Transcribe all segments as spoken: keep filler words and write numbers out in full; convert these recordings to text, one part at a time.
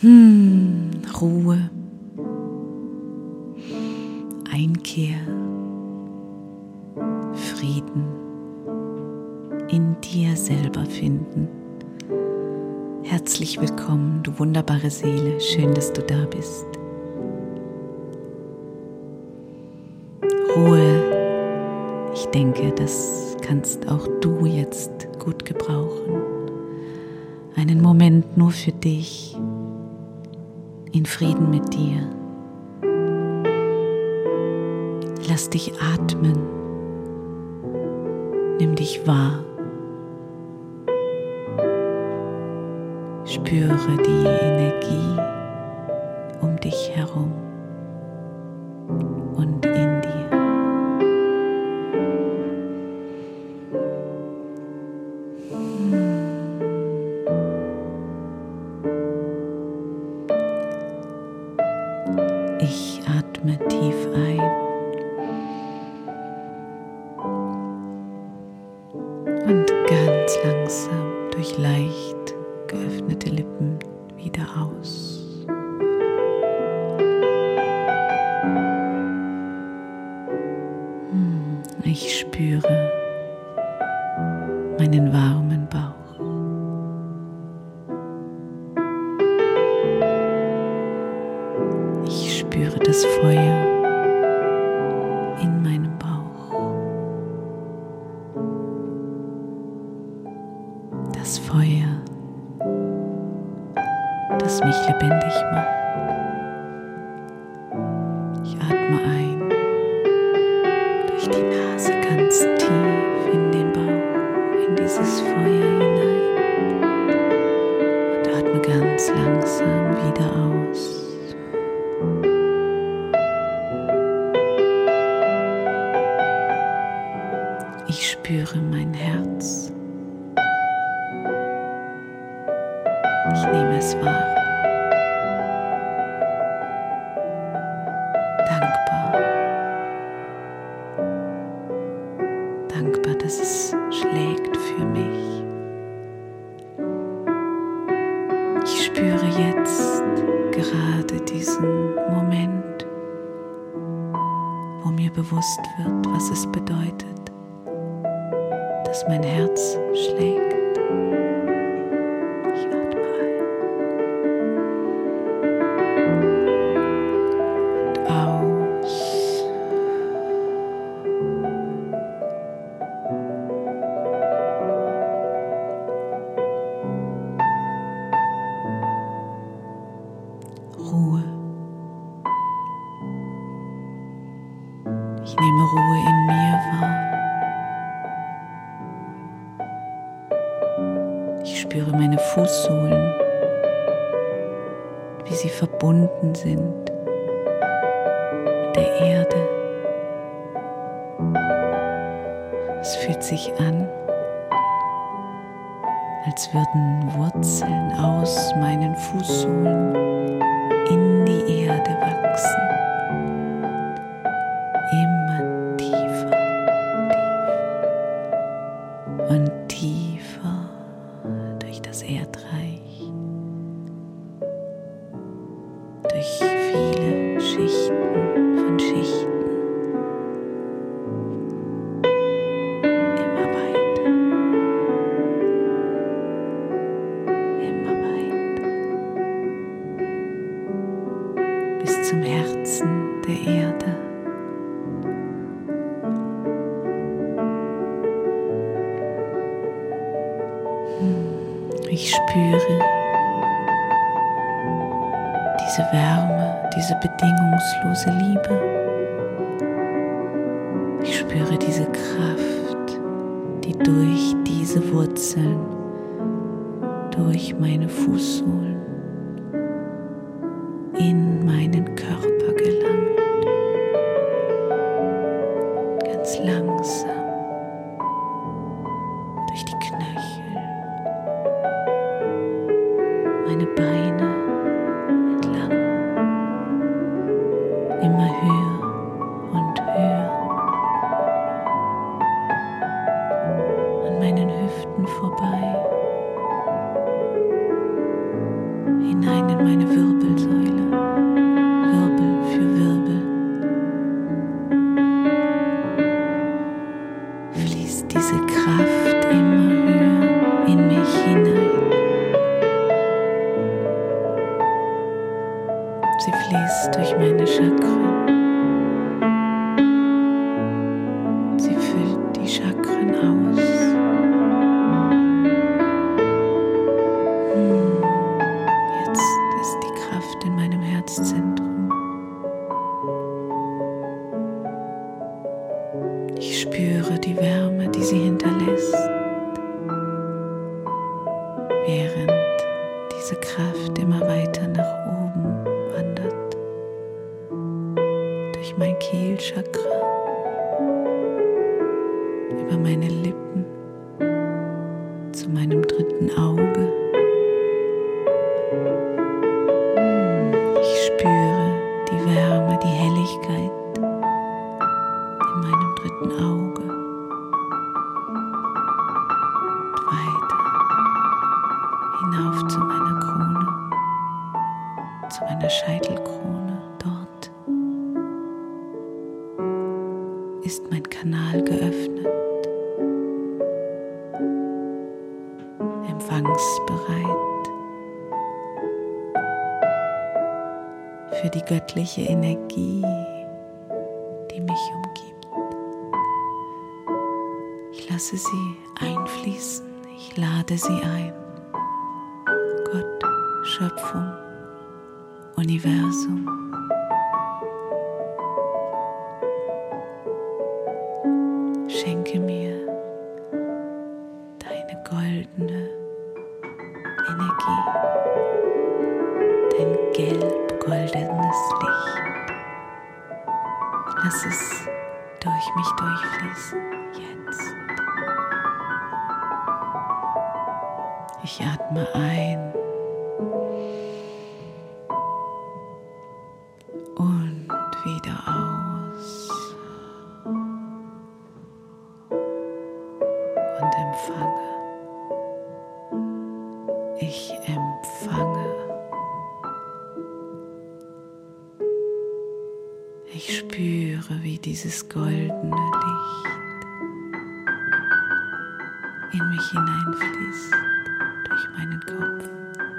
Hm, Ruhe, Einkehr, Frieden in dir selber finden. Herzlich willkommen, du wunderbare Seele, schön, dass du da bist. Ruhe, ich denke, das kannst auch du jetzt gut gebrauchen. Einen Moment nur für dich, in Frieden mit dir. Lass dich atmen, nimm dich wahr. Spüre die Energie um dich herum und in dir. Ich atme tief ein und ganz langsam durch leicht geöffnete Lippen wieder aus. Ich spüre meinen warmen Bauch. Ich spüre das Feuer in meinem Bauch. Das Feuer, das mich lebendig macht. Ich atme ein durch die Nase ganz tief in den Bauch, in dieses Feuer hinein und atme ganz langsam wieder aus. Ich spüre mein Herz. Ich nehme es wahr. Dankbar. Dankbar, dass es schlägt für mich. Ich spüre jetzt gerade diesen Moment, wo mir bewusst wird, was es bedeutet, dass mein Herz schlägt. Ich atme ein und aus. Ruhe. Ich nehme Ruhe in mir wahr. Ich spüre meine Fußsohlen, wie sie verbunden sind mit der Erde. Es fühlt sich an, als würden Wurzeln aus meinen Fußsohlen in die Erde wachsen. Immer tiefer, tiefer und tiefer durch das Erdreich, durch viele Schichten von Schichten, immer weiter, immer weiter, bis zum Herzen der Erde. Ich spüre diese Wärme, diese bedingungslose Liebe. Ich spüre diese Kraft, die durch diese Wurzeln, durch meine Fußsohlen in meinen Körper gelangt. Ganz langsam durch die Knöchel, meine Beine entlang, immer höher und höher, an meinen Hüften vorbei, in meine Wirbelsäule, Wirbel für Wirbel. Fließt diese Kraft immer höher in mich hinein. Sie fließt durch meine Chakren. Sie füllt die Chakren aus. Hm. Jetzt ist die Kraft in meinem Herzzentrum. Ich spüre die Wärme, die sie hinterlässt, während diese Kraft immer weiter nach oben wandert, durch mein Kehlchakra, über meine Lippen, zu meinem dritten Auge. Ich spüre die Wärme, die Helligkeit in meinem dritten Auge. Und weiter hinauf zu meiner Krone, zu meiner Scheitelkrone. Dort ist mein Kanal geöffnet, empfangsbereit für die göttliche Energie, die mich umgibt. Ich lasse sie einfließen, ich lade sie ein. Gott, Schöpfung, Universum. Schenke mir deine goldene Energie, dein gelb-goldenes Licht. Lass es durch mich durchfließen, jetzt. Ich atme ein und wieder aus und empfange. Ich empfange. Ich spüre, wie dieses goldene Licht in mich hineinfließt, durch meinen Kopf,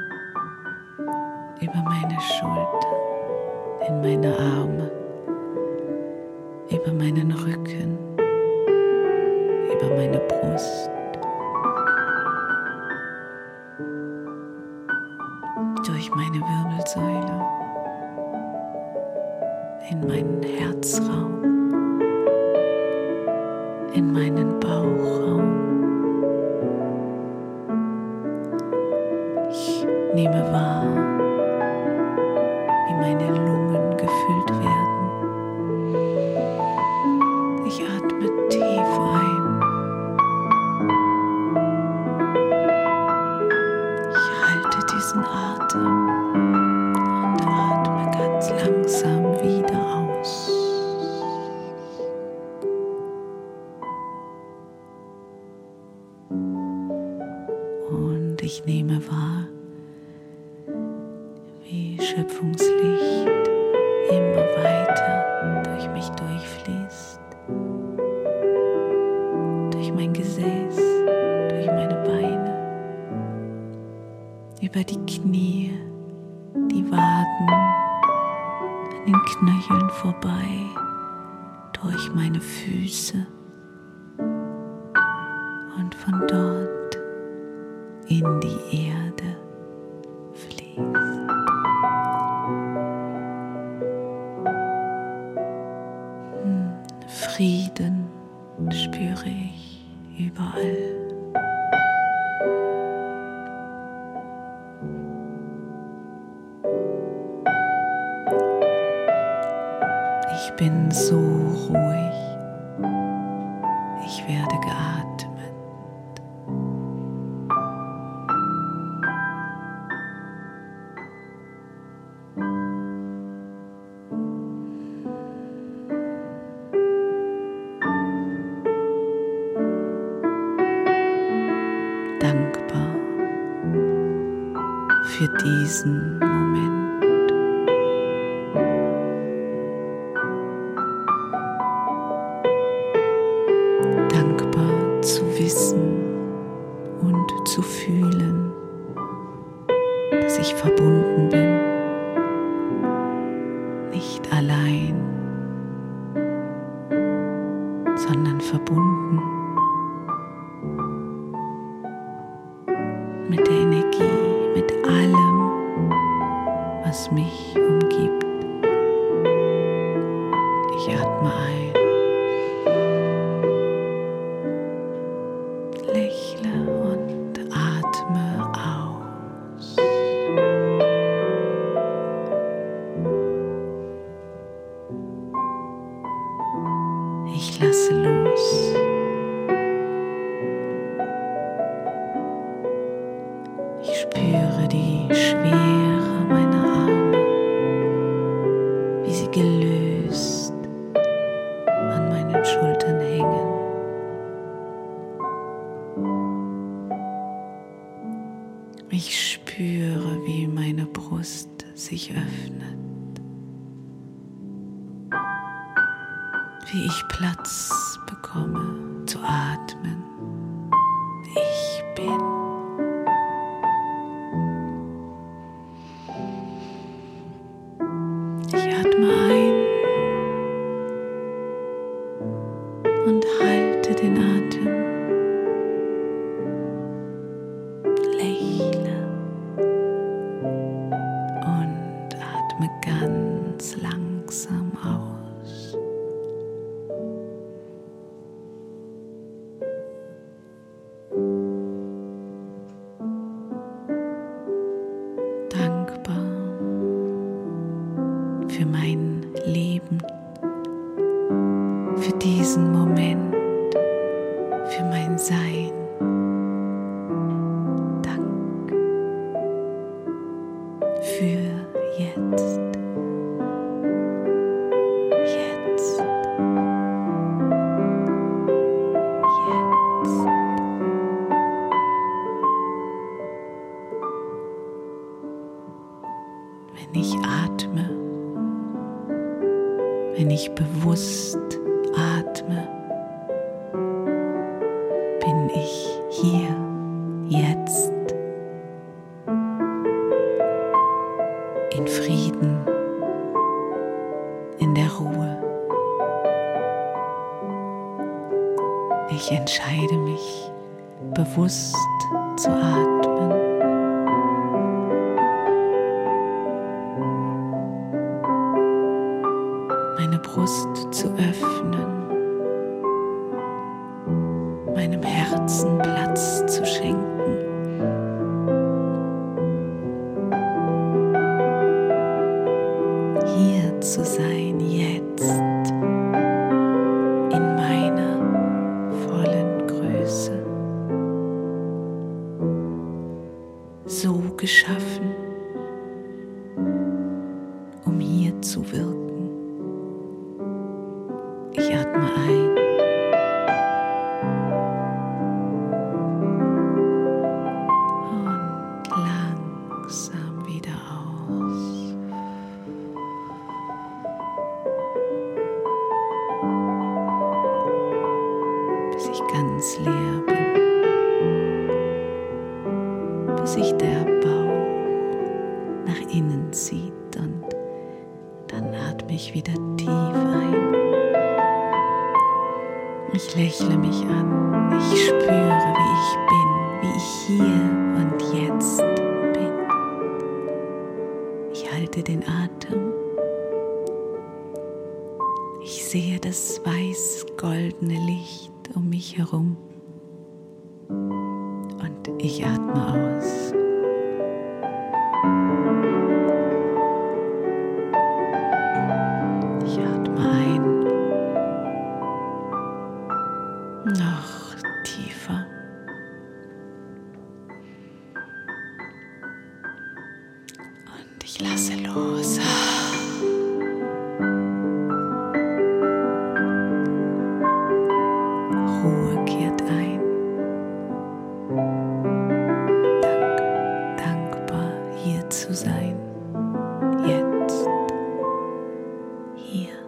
über meine Schulter, in meine Arme, über meinen Rücken, über meine Brust, durch meine Wirbelsäule, in meinen Herzraum, in meinen Bauchraum. Ich nehme wahr, wie meine Lungen gefüllt werden. Ich atme tief ein. Ich halte diesen Atem und atme ganz langsam wieder aus. Und ich nehme wahr, wie Schöpfungslicht immer weiter durch mich durchfließt, durch mein Gesäß, durch meine Beine, über die Knie, die Waden, an den Knöcheln vorbei, durch meine Füße und von dort in die Erde fließt. Hm, Frieden spüre ich überall. Ich bin so ruhig. Ich werde geatmet. Dankbar für diesen Moment. verbunden bin, nicht allein, sondern verbunden mit der Energie, mit allem, was mich umgibt. Ich atme ein, lächle und atme aus. Ich lasse los. Ich spüre die Schwere meiner Arme, wie sie gelöst an meinen Schultern hängen. Ich spüre, wie meine Brust sich öffnet, wie ich Platz bekomme zu atmen. Ich bin. Ich atme ein und halte den Atem, lächle und atme ganz langsam aus. Dankbar für mein Leben, für diesen Moment, für mein Sein. Dank für jetzt. Jetzt. Jetzt. Wenn ich atme, wenn ich bewusst atme, bin ich hier, jetzt, in Frieden, in der Ruhe. Ich entscheide mich, bewusst zu atmen. Meine Brust zu öffnen, meinem Herzen Platz zu schenken. Hier zu sein, jetzt, in meiner vollen Größe. So geschaffen, um hier zu wirken. Ich atme ein und langsam wieder aus. Bis ich ganz leer bin, bis sich der Bauch nach innen zieht und dann atme ich wieder tief ein. Ich lächle mich an, ich spüre, wie ich bin, wie ich hier und jetzt bin. Ich halte den Atem. Ich sehe das weiß-goldene Licht um mich herum und ich atme aus. Ich atme ein. Noch tiefer. Und ich lasse los. Ruhe kehrt ein. Dank, dankbar hier zu sein. Jetzt. Hier.